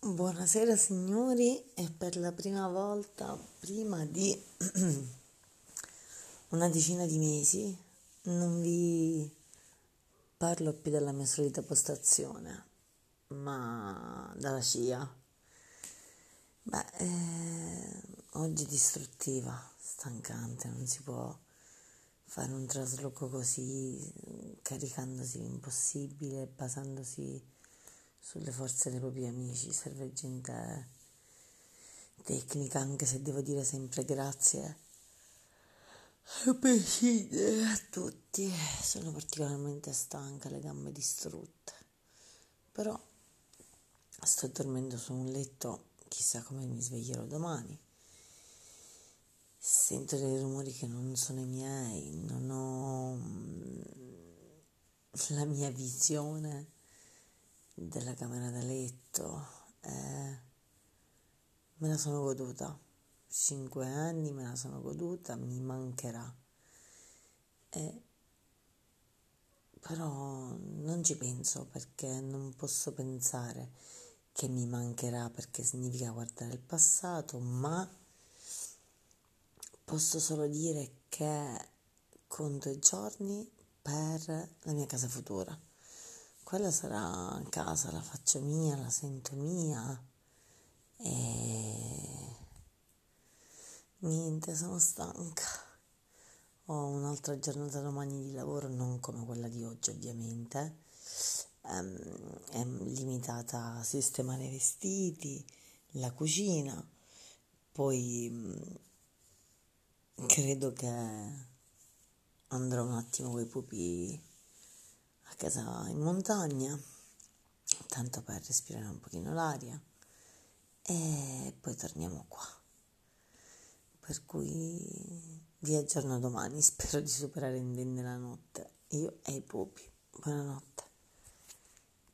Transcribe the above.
Buonasera signori, e per la prima volta, prima di una decina di mesi, non vi parlo più della mia solita postazione, ma dalla scia. Oggi distruttiva, stancante, non si può fare un trasloco così, caricandosi l'impossibile, basandosi sulle forze dei propri amici. Serve gente tecnica, anche se devo dire sempre grazie a prescindere a tutti. Sono particolarmente stanca, le gambe distrutte, però sto dormendo su un letto, chissà come mi sveglierò domani. Sento dei rumori che non sono i miei, non ho la mia visione della camera da letto. Me la sono goduta, 5 anni me la sono goduta, mi mancherà. Però non ci penso, perché non posso pensare che mi mancherà, perché significa guardare il passato, ma posso solo dire che conto i giorni per la mia casa futura. Quella sarà casa, la faccio mia, la sento mia e niente, sono stanca. Ho un'altra giornata domani di lavoro, non come quella di oggi ovviamente. È limitata a sistemare i vestiti, la cucina, poi credo che andrò un attimo coi pupi a casa in montagna, tanto per respirare un pochino l'aria, e poi torniamo qua. Per cui vi aggiorno domani, spero di superare indenne la notte, io e i pupi. Buonanotte.